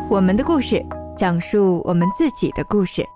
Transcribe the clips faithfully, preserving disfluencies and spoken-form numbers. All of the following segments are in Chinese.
我们的故事，讲述我们自己的故事。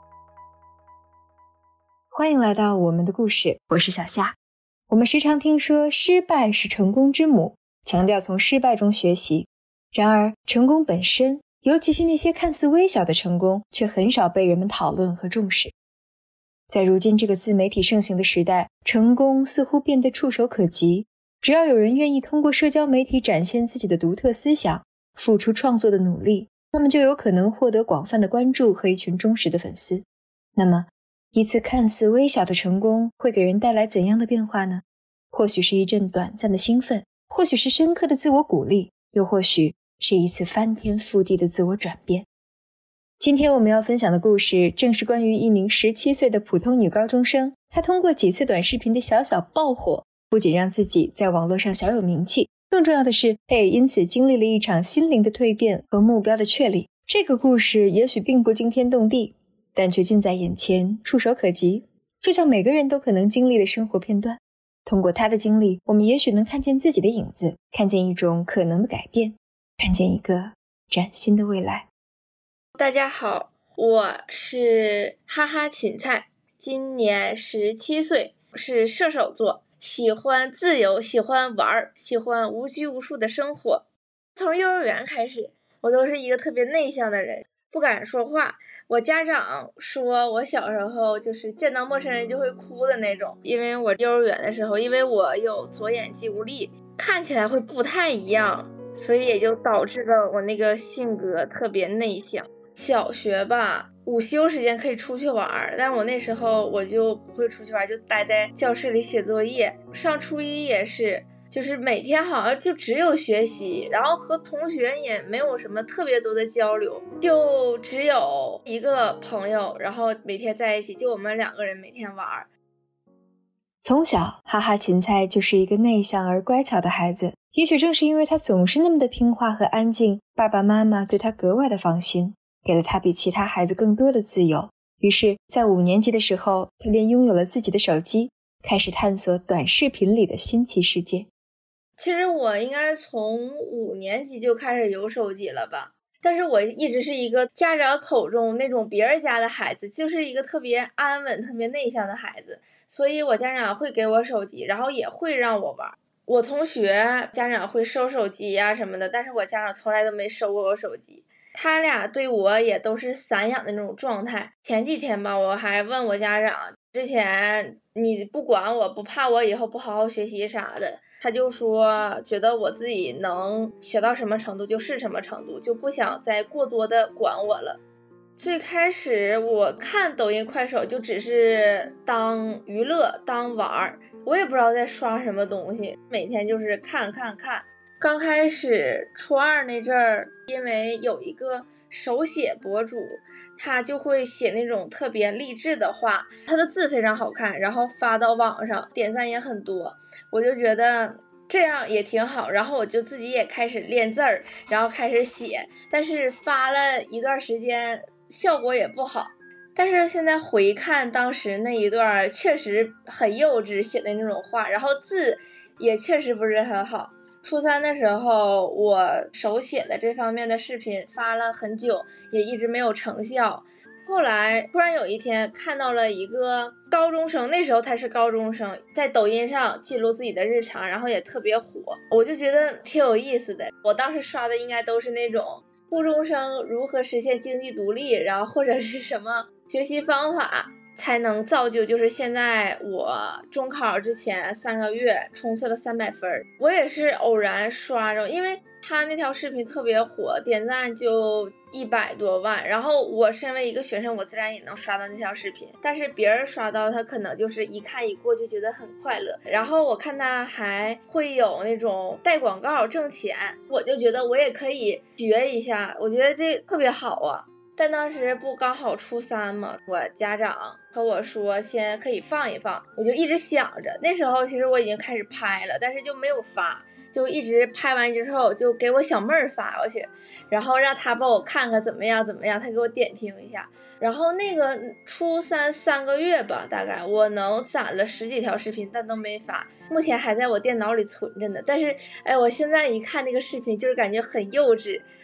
欢迎来到我们的故事，我是小夏。我们时常听说失败是成功之母，强调从失败中学习。然而，成功本身，尤其是那些看似微小的成功，却很少被人们讨论和重视。在如今这个自媒体盛行的时代，成功似乎变得触手可及。只要有人愿意通过社交媒体展现自己的独特思想，付出创作的努力，那么就有可能获得广泛的关注和一群忠实的粉丝。那么，一次看似微小的成功会给人带来怎样的变化呢？或许是一阵短暂的兴奋，或许是深刻的自我鼓励，又或许是一次翻天覆地的自我转变。今天我们要分享的故事正是关于一名十七岁的普通女高中生，她通过几次短视频的小小爆火，不仅让自己在网络上小有名气，更重要的是，她也因此经历了一场心灵的蜕变和目标的确立。这个故事也许并不惊天动地，但却近在眼前，触手可及，就像每个人都可能经历的生活片段。通过她的经历，我们也许能看见自己的影子，看见一种可能的改变，看见一个崭新的未来。 大家好，我是哈哈芹菜，今年十七岁，是射手座，喜欢自由，喜欢玩，喜欢无拘无束的生活。从幼儿园开始，我都是一个特别内向的人，不敢说话。我家长说我小时候就是见到陌生人就会哭的那种，因为我幼儿园的时候，因为我有左眼肌无力，看起来会不太一样，所以也就导致了我那个性格特别内向。小学吧，午休时间可以出去玩，但是我那时候我就不会出去玩，就待在教室里写作业。上初一也是，就是每天好像就只有学习，然后和同学也没有什么特别多的交流，就只有一个朋友，然后每天在一起，就我们两个人每天玩。 从小，哈哈芹菜就是一个内向而乖巧的孩子，也许正是因为他总是那么的听话和安静，爸爸妈妈对他格外的放心，给了他比其他孩子更多的自由。于是在五年级的时候，他便拥有了自己的手机，开始探索短视频里的新奇世界。 其实我应该是从五年级就开始有手机了吧，但是我一直是一个家长口中那种别人家的孩子，就是一个特别安稳特别内向的孩子，所以我家长会给我手机，然后也会让我玩。我同学家长会收手机呀什么的，但是我家长从来都没收过我手机，他俩对我也都是散养的那种状态。前几天吧，我还问我家长，之前你不管我，不怕我以后不好好学习啥的，他就说觉得我自己能学到什么程度就是什么程度，就不想再过多的管我了。最开始我看抖音快手就只是当娱乐当玩儿，我也不知道在刷什么东西，每天就是看看看。刚开始初二那阵儿，因为有一个手写博主，他就会写那种特别励志的话，他的字非常好看，然后发到网上，点赞也很多，我就觉得这样也挺好，然后我就自己也开始练字儿，然后开始写，但是发了一段时间效果也不好，但是现在回看当时那一段确实很幼稚写的那种话，然后字也确实不是很好。初三的时候，我手写的这方面的视频发了很久，也一直没有成效。后来突然有一天看到了一个高中生，那时候他是高中生，在抖音上记录自己的日常，然后也特别火，我就觉得挺有意思的。我当时刷的应该都是那种初中生如何实现经济独立，然后或者是什么学习方法才能造就，就是现在我中考之前三个月冲刺了三百分。我也是偶然刷着，因为他那条视频特别火，点赞就一百多万，然后我身为一个学生，我自然也能刷到那条视频，但是别人刷到他可能就是一看一过就觉得很快乐。然后我看他还会有那种带广告挣钱，我就觉得我也可以学一下，我觉得这特别好啊。但当时不刚好初三嘛，我家长和我说先可以放一放，我就一直想着，那时候其实我已经开始拍了，但是就没有发，就一直拍完之后就给我小妹儿发过去，然后让她帮我看看怎么样怎么样，她给我点评一下。然后那个初三三个月吧，大概我能攒了十几条视频，但都没发，目前还在我电脑里存着呢。但是哎，我现在一看那个视频就是感觉很幼稚，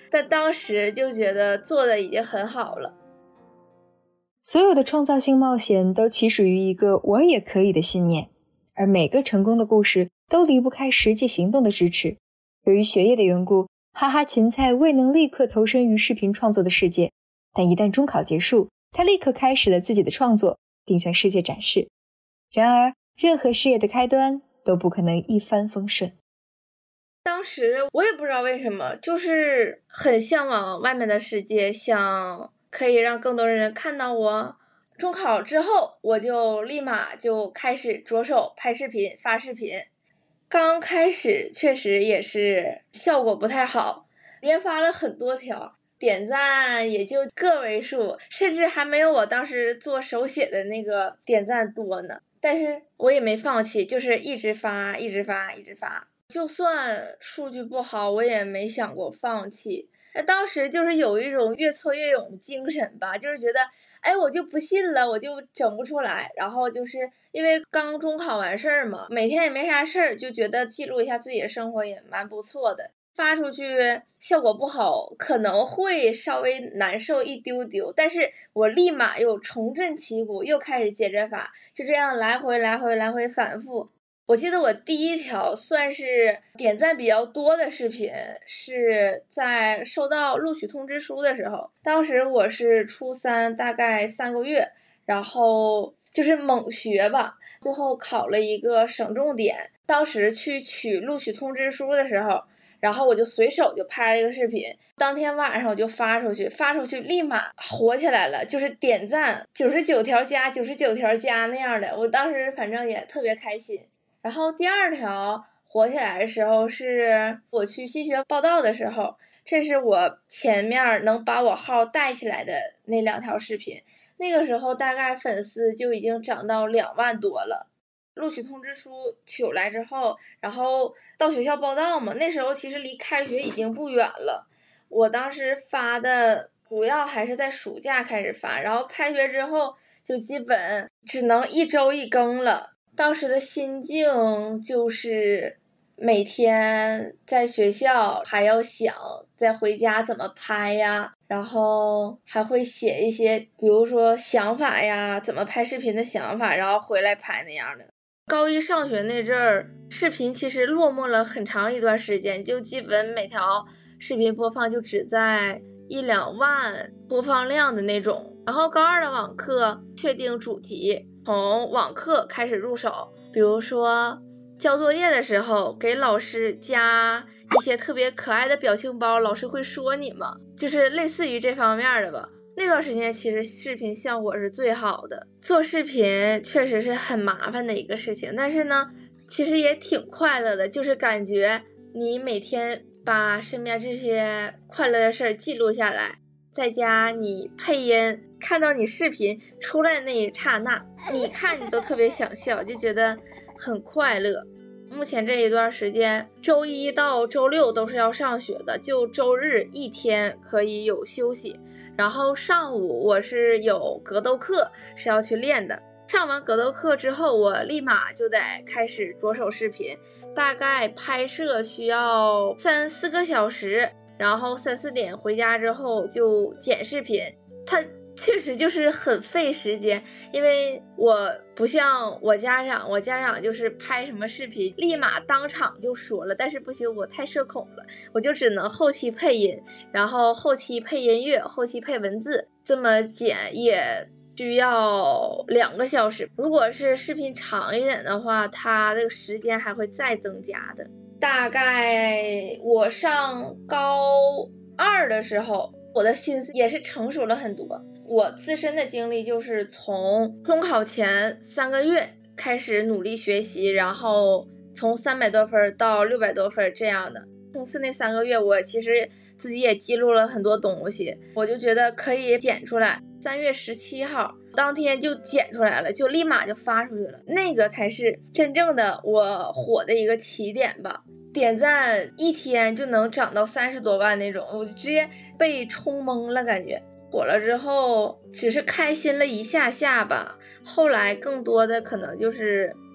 但当时就觉得做的已经很好了。 所有的创造性冒险都起始于一个我也可以的信念，而每个成功的故事都离不开实际行动的支持。由于学业的缘故，哈哈芹菜未能立刻投身于视频创作的世界，但一旦中考结束，他立刻开始了自己的创作，并向世界展示。然而，任何事业的开端都不可能一帆风顺。 当时我也不知道为什么，就是很向往外面的世界，想可以让更多人看到我。中考之后，我就立马就开始着手拍视频、发视频。刚开始确实也是效果不太好，连发了很多条，点赞也就个位数，甚至还没有我当时做手写的那个点赞多呢。但是我也没放弃，就是一直发，一直发，一直发。就算数据不好，我也没想过放弃。当时就是有一种越挫越勇的精神吧，就是觉得哎，我就不信了，我就整不出来。然后就是因为刚中考完事儿嘛，每天也没啥事儿，就觉得记录一下自己的生活也蛮不错的。发出去效果不好，可能会稍微难受一丢丢，但是我立马又重振旗鼓，又开始接着发，就这样来回来回来回反复。我记得我第一条算是点赞比较多的视频，是在收到录取通知书的时候。当时我是初三，大概三个月，然后就是猛学吧，最后考了一个省重点。当时去取录取通知书的时候，然后我就随手就拍了一个视频，当天晚上我就发出去，发出去立马火起来了，就是点赞九十九条加九十九条加那样的。我当时反正也特别开心。然后第二条火起来的时候是我去西学报道的时候，这是我前面能把我号带起来的那两条视频，那个时候大概粉丝就已经涨到两万多了。录取通知书取来之后，然后到学校报到嘛，那时候其实离开学已经不远了。我当时发的主要还是在暑假开始发，然后开学之后就基本只能一周一更了。当时的心境就是每天在学校还要想再回家怎么拍呀，然后还会写一些比如说想法呀，怎么拍视频的想法，然后回来拍那样的。高一上学那阵儿，视频其实落寞了很长一段时间，就基本每条视频播放就只在一两万播放量的那种。然后高二的网课确定主题，从网课开始入手，比如说交作业的时候给老师加一些特别可爱的表情包，老师会说你吗？就是类似于这方面的吧。那段时间其实视频效果是最好的，做视频确实是很麻烦的一个事情，但是呢其实也挺快乐的，就是感觉你每天把身边这些快乐的事儿记录下来，在家你配音，看到你视频出来的那一刹那，你看你都特别想笑，就觉得很快乐。目前这一段时间，周一到周六都是要上学的，就周日一天可以有休息。然后上午我是有格斗课是要去练的，上完格斗课之后，我立马就得开始着手视频，大概拍摄需要三四个小时，然后三四点回家之后就剪视频。它确实就是很费时间，因为我不像我家长，我家长就是拍什么视频立马当场就说了，但是不行，我太社恐了，我就只能后期配音，然后后期配音乐，后期配文字，这么剪也需要两个小时。如果是视频长一点的话，它这个时间还会再增加的。大概我上高二的时候，我的心思也是成熟了很多。我自身的经历就是从中考前三个月开始努力学习，然后从三百多分到六百多分这样的。冲刺那三个月，我其实自己也记录了很多东西，我就觉得可以剪出来。三月十七号当天就剪出来了，就立马就发出去了，那个才是真正的我火的一个起点吧。点赞一天就能涨到三十多万那种，我就直接被冲懵了，感觉火了之后只是开心了一下下吧，后来更多的可能就是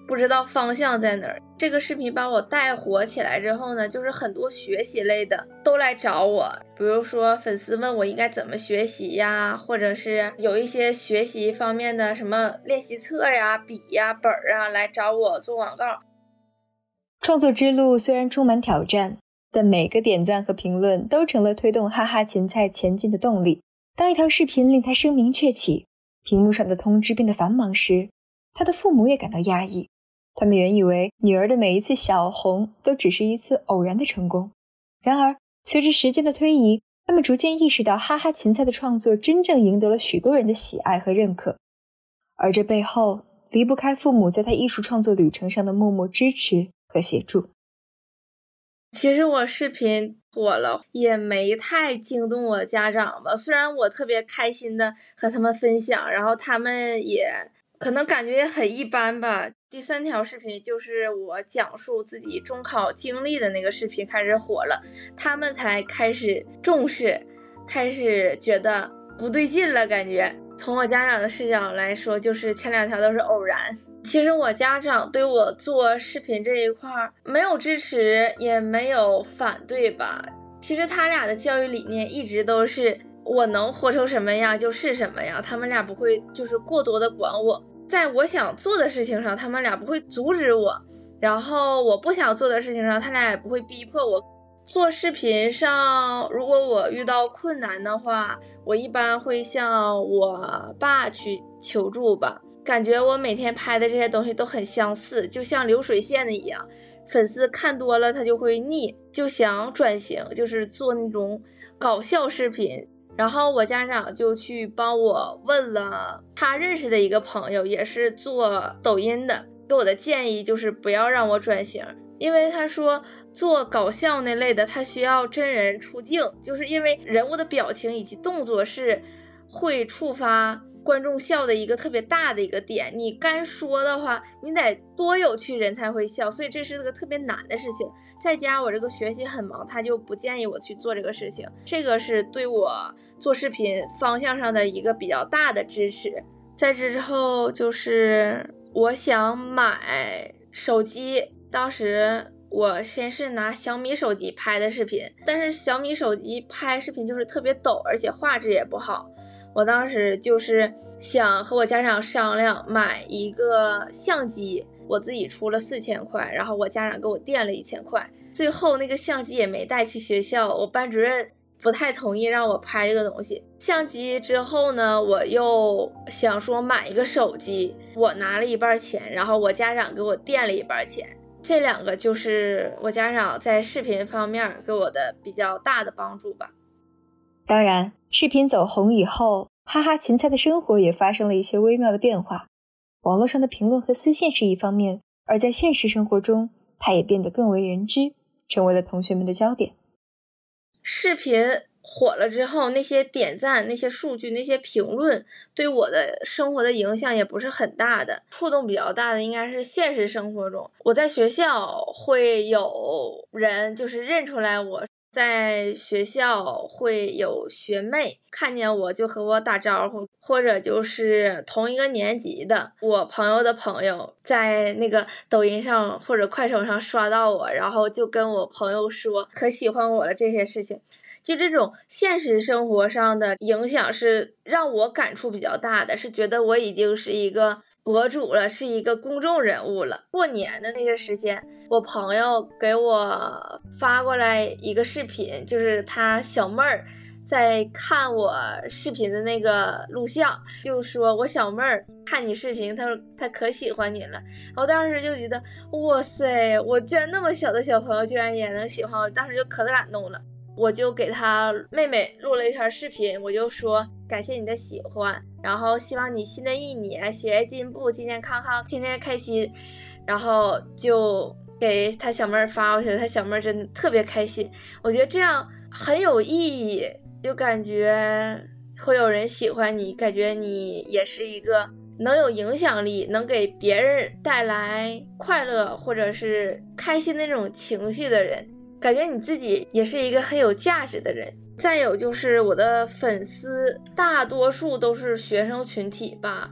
不知道方向在哪儿。这个视频把我带火起来之后呢，就是很多学习类的都来找我，比如说粉丝问我应该怎么学习呀，或者是有一些学习方面的什么练习册呀、笔呀、本啊来找我做广告。 创作之路虽然充满挑战，但每个点赞和评论都成了推动哈哈芹菜前进的动力。当一条视频令他声名鹊起，屏幕上的通知变得繁忙时，他的父母也感到压抑。他们原以为女儿的每一次小红都只是一次偶然的成功，然而随着时间的推移，他们逐渐意识到哈哈芹菜的创作真正赢得了许多人的喜爱和认可，而这背后离不开父母在他艺术创作旅程上的默默支持和协助。 其实我视频火了也没太惊动我家长吧，虽然我特别开心的和他们分享，然后他们也可能感觉也很一般吧。第三条视频就是我讲述自己中考经历的那个视频开始火了，他们才开始重视，开始觉得不对劲了。感觉从我家长的视角来说，就是前两条都是偶然。其实我家长对我做视频这一块没有支持也没有反对吧，其实他俩的教育理念一直都是我能活成什么样就是什么样，他们俩不会就是过多的管我，在我想做的事情上他们俩不会阻止我，然后我不想做的事情上他俩也不会逼迫我。做视频上如果我遇到困难的话，我一般会向我爸去求助吧，感觉我每天拍的这些东西都很相似，就像流水线的一样，粉丝看多了他就会腻，就想转型，就是做那种搞笑视频。然后我家长就去帮我问了他认识的一个朋友，也是做抖音的，给我的建议就是不要让我转型，因为他说做搞笑那类的他需要真人出镜，就是因为人物的表情以及动作是会触发观众笑的一个特别大的一个点，你干说的话你得多有趣人才会笑，所以这是个特别难的事情。在家我这个学习很忙，他就不建议我去做这个事情，这个是对我做视频方向上的一个比较大的支持。在这之后就是我想买手机，当时我先是拿小米手机拍的视频，但是小米手机拍视频就是特别抖，而且画质也不好。我当时就是想和我家长商量买一个相机，我自己出了四千块，然后我家长给我垫了一千块，最后那个相机也没带去学校，我班主任不太同意让我拍这个东西。相机之后呢，我又想说买一个手机，我拿了一半钱，然后我家长给我垫了一半钱，这两个就是我家长在视频方面给我的比较大的帮助吧。 当然，视频走红以后，哈哈芹菜的生活也发生了一些微妙的变化。网络上的评论和私信是一方面，而在现实生活中，它也变得更为人知，成为了同学们的焦点。 视频火了之后，那些点赞、那些数据、那些评论对我的生活的影响也不是很大的，触动比较大的应该是现实生活中。我在学校会有人就是认出来我，在学校会有学妹看见我就和我打招呼，或者就是同一个年级的我朋友的朋友在那个抖音上或者快手上刷到我，然后就跟我朋友说可喜欢我了，这些事情。就这种现实生活上的影响是让我感触比较大的，是觉得我已经是一个博主了，是一个公众人物了。过年的那个时间，我朋友给我发过来一个视频，就是他小妹儿在看我视频的那个录像，就说我小妹儿看你视频，他说他可喜欢你了。我当时就觉得哇塞，我居然那么小的小朋友居然也能喜欢我，当时就可感动了。我就给他妹妹录了一条视频，我就说感谢你的喜欢，然后希望你新的一年学业进步，健健康康，天天开心。然后就给他小妹儿发过去，他小妹儿真的特别开心。我觉得这样很有意义，就感觉会有人喜欢你，感觉你也是一个能有影响力，能给别人带来快乐或者是开心的那种情绪的人，感觉你自己也是一个很有价值的人。再有就是我的粉丝大多数都是学生群体吧，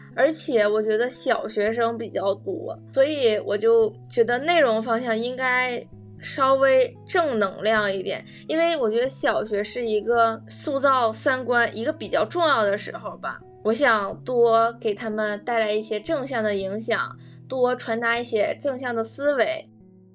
而且我觉得小学生比较多，所以我就觉得内容方向应该稍微正能量一点，因为我觉得小学是一个塑造三观一个比较重要的时候吧，我想多给他们带来一些正向的影响，多传达一些正向的思维。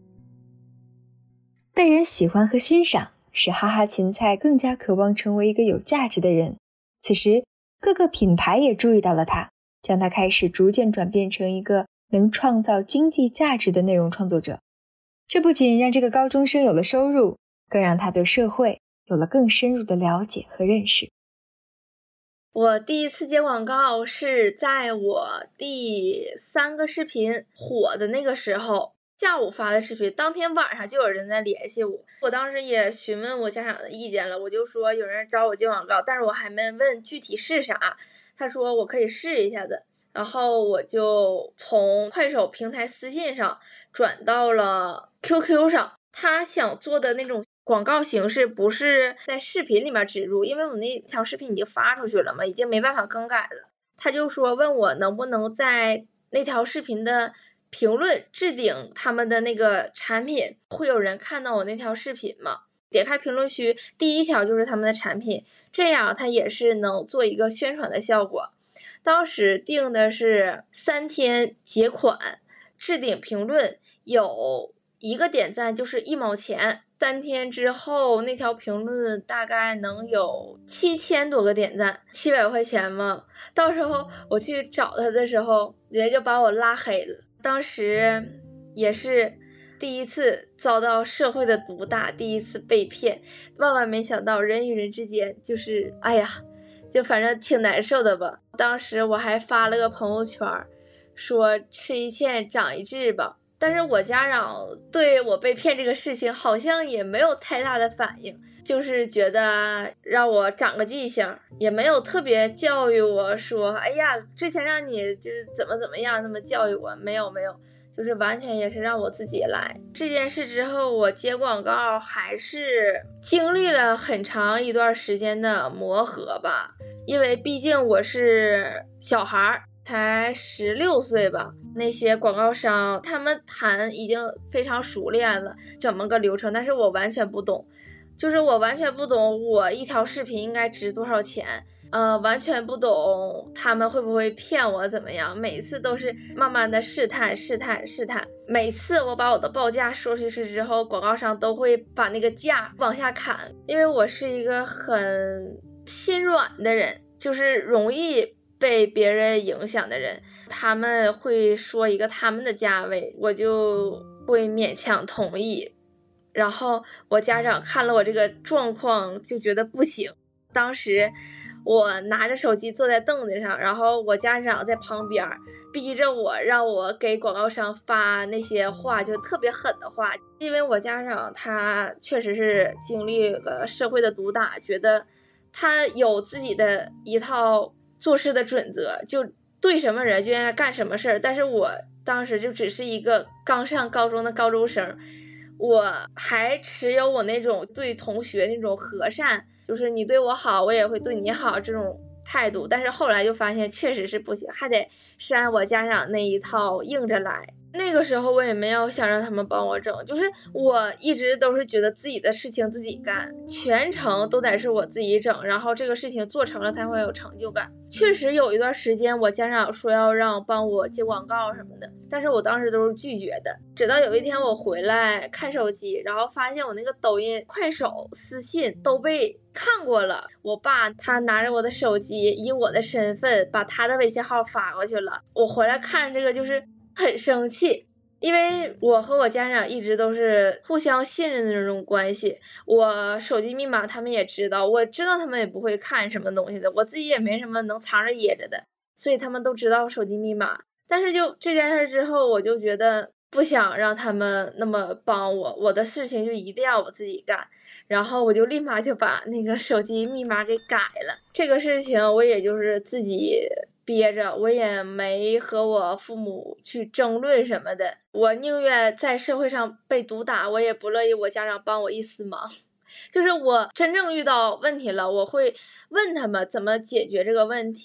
被人喜欢和欣赏，使哈哈芹菜更加渴望成为一个有价值的人。此时，各个品牌也注意到了他，让他开始逐渐转变成一个能创造经济价值的内容创作者。这不仅让这个高中生有了收入，更让他对社会有了更深入的了解和认识。 我第一次接广告是在我第三个视频火的那个时候，下午发的视频，当天晚上就有人在联系我。我当时也询问我家长的意见了，我就说有人找我接广告，但是我还没问具体是啥。他说我可以试一下子，然后我就从快手平台私信上转到了 Q Q 上。他想做的那种广告形式不是在视频里面植入，因为我那条视频已经发出去了嘛，已经没办法更改了。他就说问我能不能在那条视频的评论置顶他们的那个产品，会有人看到我那条视频吗？点开评论区，第一条就是他们的产品，这样它也是能做一个宣传的效果。当时定的是三天结款，置顶评论有一个点赞就是一毛钱，三天之后那条评论大概能有七千多个点赞，七百块钱嘛。到时候我去找他的时候，人家就把我拉黑了。当时也是第一次遭到社会的毒打，第一次被骗，万万没想到人与人之间就是哎呀，就反正挺难受的吧。当时我还发了个朋友圈，说吃一堑长一智吧。但是我家长对我被骗这个事情好像也没有太大的反应，就是觉得让我长个记性，也没有特别教育我说哎呀之前让你就是怎么怎么样那么教育我，没有没有，就是完全也是让我自己来。这件事之后我接广告还是经历了很长一段时间的磨合吧，因为毕竟我是小孩，才十六岁吧，那些广告商他们谈已经非常熟练了怎么个流程，但是我完全不懂，就是我完全不懂我一条视频应该值多少钱，呃，完全不懂他们会不会骗我怎么样，每次都是慢慢的试探试探试探，每次我把我的报价说出去之后，广告商都会把那个价往下砍，因为我是一个很心软的人，就是容易被别人影响的人，他们会说一个他们的价位，我就会勉强同意。然后我家长看了我这个状况就觉得不行，当时我拿着手机坐在凳子上，然后我家长在旁边逼着我让我给广告商发那些话，就特别狠的话。因为我家长他确实是经历了社会的毒打，觉得他有自己的一套做事的准则，就对什么人就应该干什么事儿。但是我当时就只是一个刚上高中的高中生，我还持有我那种对同学那种和善，就是你对我好我也会对你好这种态度。但是后来就发现确实是不行，还得是按我家长那一套硬着来。那个时候我也没有想让他们帮我整，就是我一直都是觉得自己的事情自己干，全程都得是我自己整，然后这个事情做成了才会有成就感。确实有一段时间我家长说要让帮我接广告什么的，但是我当时都是拒绝的。直到有一天我回来看手机，然后发现我那个抖音、快手私信都被看过了，我爸他拿着我的手机以我的身份把他的微信号发过去了，我回来看这个就是很生气，因为我和我家长一直都是互相信任的那种关系，我手机密码他们也知道，我知道他们也不会看什么东西的，我自己也没什么能藏着掖着的，所以他们都知道手机密码。但是就这件事之后，我就觉得不想让他们那么帮我，我的事情就一定要我自己干，然后我就立马就把那个手机密码给改了。这个事情我也就是自己憋着，我也没和我父母去争论什么的，我宁愿在社会上被毒打，我也不乐意我家长帮我一丝忙。就是我真正遇到问题了，我会问他们怎么解决这个问题，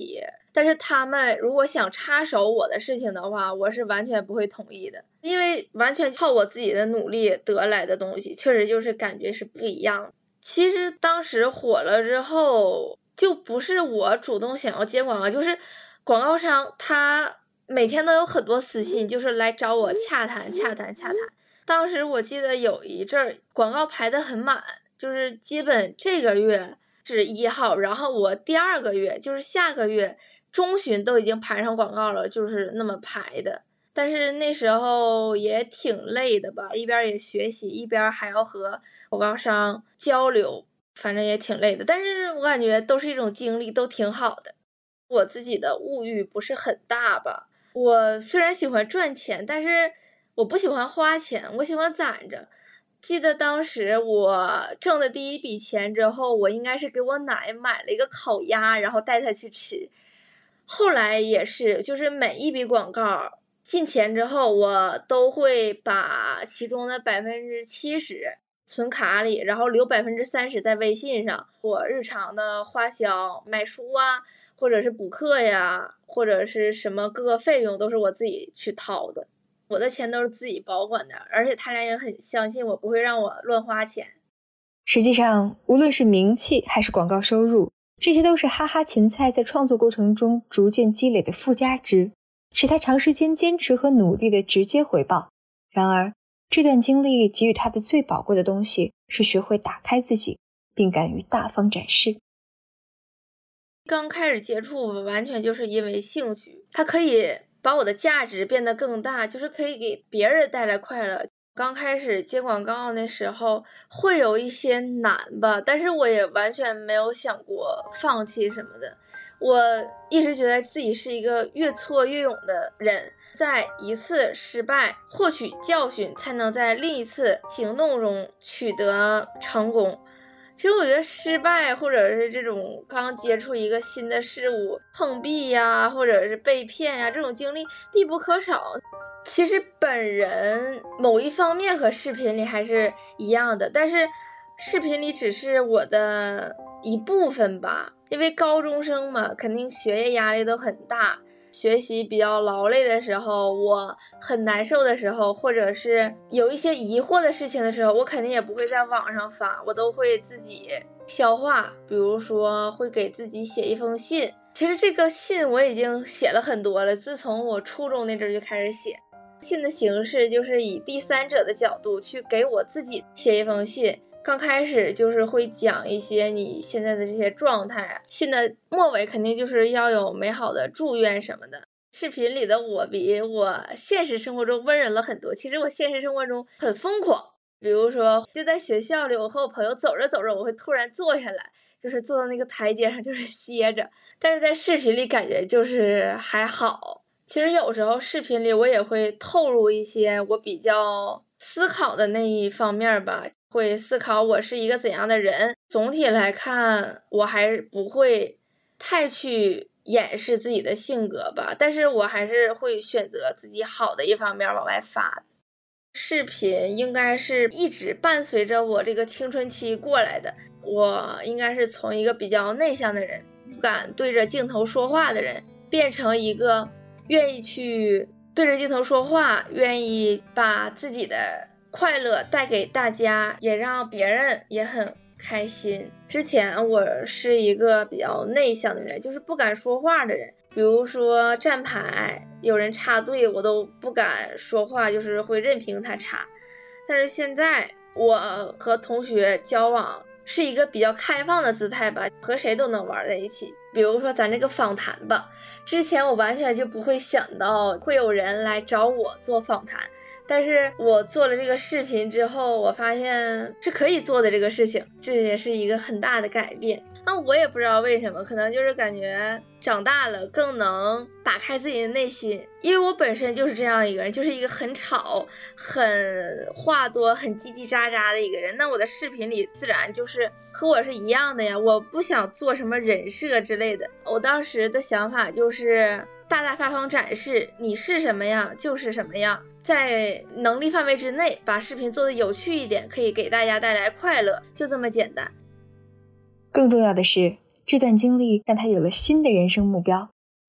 但是他们如果想插手我的事情的话，我是完全不会同意的，因为完全靠我自己的努力得来的东西，确实就是感觉是不一样。其实当时火了之后，就不是我主动想要接广告，就是广告商他每天都有很多私信，就是来找我洽谈洽谈洽谈。当时我记得有一阵儿广告排得很满，就是基本这个月是一号，然后我第二个月就是下个月中旬都已经排上广告了，就是那么排的。但是那时候也挺累的吧，一边也学习，一边还要和广告商交流，反正也挺累的。但是我感觉都是一种经历，都挺好的。我自己的物欲不是很大吧，我虽然喜欢赚钱，但是我不喜欢花钱，我喜欢攒着。记得当时我挣的第一笔钱之后，我应该是给我奶买了一个烤鸭，然后带她去吃。后来也是，就是每一笔广告进钱之后，我都会把其中的百分之七十存卡里，然后留百分之三十在微信上。我日常的花销，买书啊，或者是补课呀，或者是什么各个费用，都是我自己去掏的。我的钱都是自己保管的，而且他俩也很相信我不会让我乱花钱。 实际上，无论是名气还是广告收入，这些都是哈哈芹菜在创作过程中逐渐积累的附加值，是他长时间坚持和努力的直接回报。然而，这段经历给予他的最宝贵的东西是学会打开自己，并敢于大方展示。 刚开始接触完全就是因为兴趣，它可以把我的价值变得更大，就是可以给别人带来快乐。刚开始接广告那时候会有一些难吧，但是我也完全没有想过放弃什么的。我一直觉得自己是一个越挫越勇的人，在一次失败获取教训，才能在另一次行动中取得成功。其实我觉得失败或者是这种刚接触一个新的事物碰壁呀，或者是被骗呀，这种经历必不可少。其实本人某一方面和视频里还是一样的，但是视频里只是我的一部分吧，因为高中生嘛，肯定学业压力都很大，学习比较劳累的时候，我很难受的时候，或者是有一些疑惑的事情的时候，我肯定也不会在网上发，我都会自己消化。比如说会给自己写一封信，其实这个信我已经写了很多了，自从我初中那阵就开始写。信的形式就是以第三者的角度去给我自己写一封信，刚开始就是会讲一些你现在的这些状态，信的末尾肯定就是要有美好的祝愿什么的。视频里的我比我现实生活中温柔了很多，其实我现实生活中很疯狂，比如说就在学校里，我和我朋友走着走着，我会突然坐下来，就是坐到那个台阶上就是歇着，但是在视频里感觉就是还好。其实有时候视频里我也会透露一些我比较思考的那一方面吧，会思考我是一个怎样的人。总体来看，我还是不会太去掩饰自己的性格吧，但是我还是会选择自己好的一方面往外发。视频应该是一直伴随着我这个青春期过来的，我应该是从一个比较内向的人，不敢对着镜头说话的人，变成一个愿意去对着镜头说话，愿意把自己的快乐带给大家，也让别人也很开心。之前我是一个比较内向的人，就是不敢说话的人，比如说站牌有人插队我都不敢说话，就是会任凭他插。但是现在我和同学交往是一个比较开放的姿态吧，和谁都能玩在一起。比如说咱这个访谈吧，之前我完全就不会想到会有人来找我做访谈，但是我做了这个视频之后，我发现是可以做的这个事情，这也是一个很大的改变。那我也不知道为什么，可能就是感觉长大了更能打开自己的内心，因为我本身就是这样一个人，就是一个很吵很话多很叽叽喳喳的一个人，那我的视频里自然就是和我是一样的呀，我不想做什么人设之类的。我当时的想法就是大大方方展示你是什么样就是什么样，在能力范围之内把视频做得有趣一点，可以给大家带来快乐，就这么简单。 更重要的是，这段经历让他有了新的人生目标，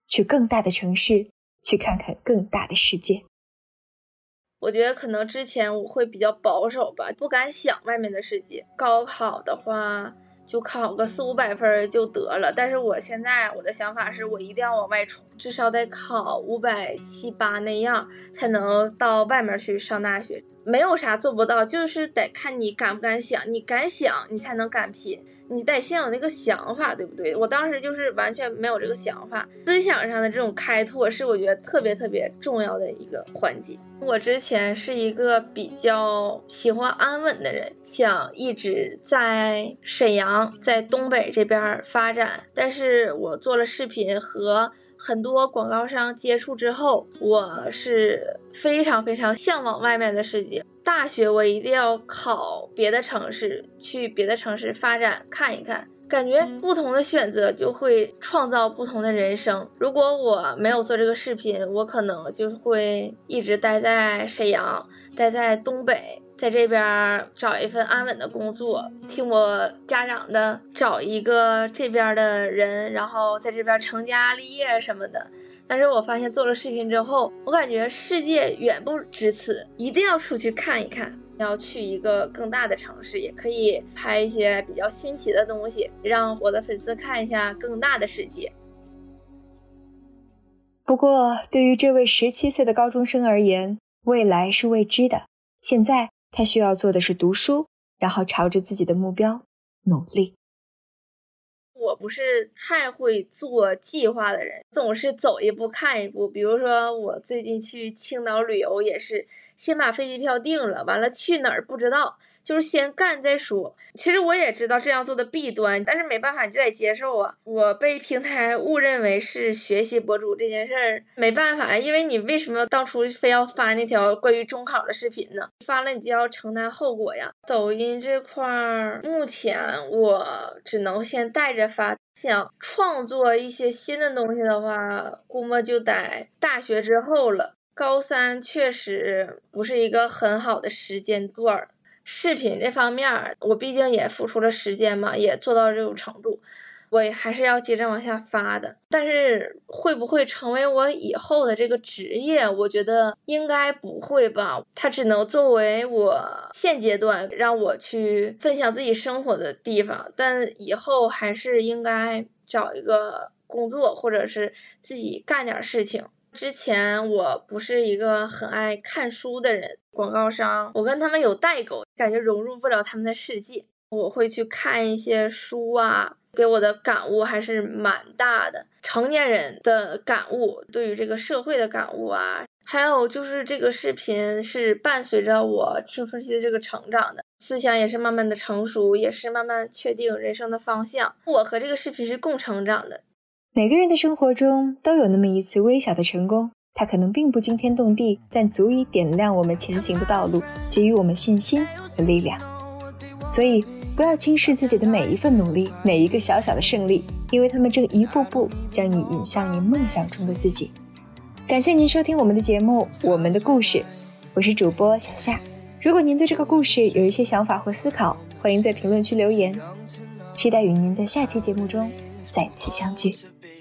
去更大的城市，去看看更大的世界。 我觉得可能之前我会比较保守吧，不敢想外面的世界。高考的话就考个四五百分就得了，但是我现在我的想法是我一定要往外冲，至少得考五百七八那样才能到外面去上大学。没有啥做不到，就是得看你敢不敢想，你敢想你才能敢拼，你得先有那个想法，对不对？我当时就是完全没有这个想法，思想上的这种开拓是我觉得特别特别重要的一个环节。我之前是一个比较喜欢安稳的人，想一直在沈阳在东北这边发展，但是我做了视频和很多广告商接触之后，我是非常非常向往外面的世界。大学我一定要考别的城市，去别的城市发展看一看，感觉不同的选择就会创造不同的人生。如果我没有做这个视频，我可能就是会一直待在沈阳，待在东北，在这边找一份安稳的工作，听我家长的，找一个这边的人，然后在这边成家立业什么的。但是我发现做了视频之后，我感觉世界远不止此，一定要出去看一看，要去一个更大的城市，也可以拍一些比较新奇的东西，让我的粉丝看一下更大的世界。 不过对于这位十七岁的高中生而言，未来是未知的，现在他需要做的是读书，然后朝着自己的目标努力。 我不是太会做计划的人，总是走一步看一步。比如说我最近去青岛旅游，也是先把飞机票订了，完了去哪儿不知道，就是先干再说。其实我也知道这样做的弊端，但是没办法，你就得接受啊。我被平台误认为是学习博主这件事儿没办法，因为你为什么当初非要发那条关于中考的视频呢？发了你就要承担后果呀。抖音这块儿目前我只能先带着发，想创作一些新的东西的话，估摸就得大学之后了。高三确实不是一个很好的时间段，视频这方面我毕竟也付出了时间嘛，也做到这种程度，我也还是要接着往下发的。但是会不会成为我以后的这个职业，我觉得应该不会吧，它只能作为我现阶段让我去分享自己生活的地方，但以后还是应该找一个工作，或者是自己干点事情。之前我不是一个很爱看书的人，广告商我跟他们有代沟，感觉融入不了他们的世界。我会去看一些书啊，给我的感悟还是蛮大的，成年人的感悟，对于这个社会的感悟啊，还有就是这个视频是伴随着我青春期的这个成长的，思想也是慢慢的成熟，也是慢慢确定人生的方向。我和这个视频是共成长的。 每个人的生活中都有那么一次微小的成功，它可能并不惊天动地，但足以点亮我们前行的道路，给予我们信心和力量。所以不要轻视自己的每一份努力，每一个小小的胜利，因为他们正一步步将你引向你梦想中的自己。感谢您收听我们的节目《我们的故事》，我是主播小夏。如果您对这个故事有一些想法或思考，欢迎在评论区留言，期待与您在下期节目中再次相聚。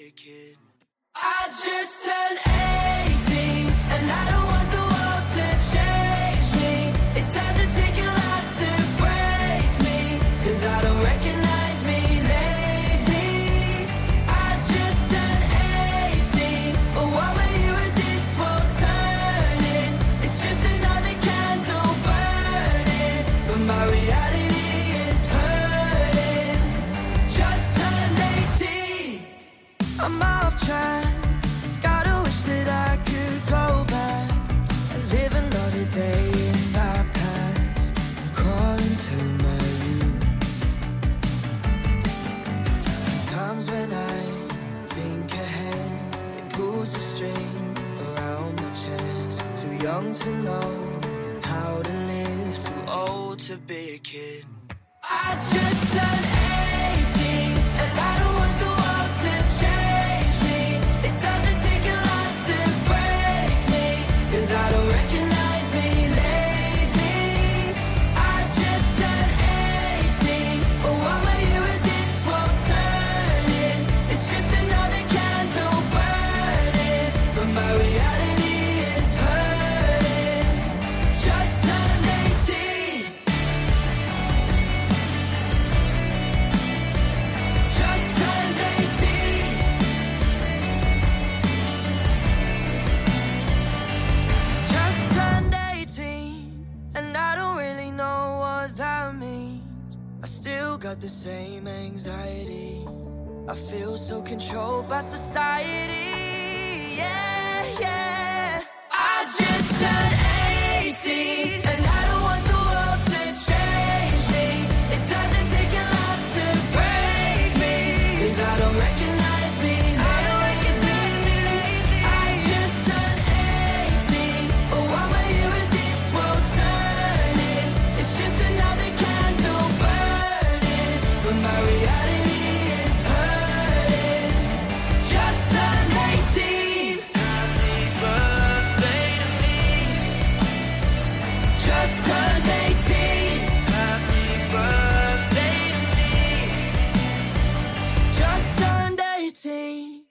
Young to know how to live, too old to be a kid. I just turned eighteen, and I don't want the world to change me. It doesn't take a lot to break me, 'cause I don't recognize me lately. I just turned eighteen, oh I'm a year and this won't turn it. It's just another candle burning. got the same anxiety. I feel so controlled by society. Yeah, yeah. I just turned eighteen, and I don't want the world to change me. It doesn't take a lot to break me, 'cause I don't recognize me. I don't recognize me. I just turned eighteen. Oh, I'm here with this world turning. It's just another candle burning, but my reality is hurting. Just turned eighteen. Happy birthday to me. Just turned eighteen. Happy birthday to me. Just turned eighteen.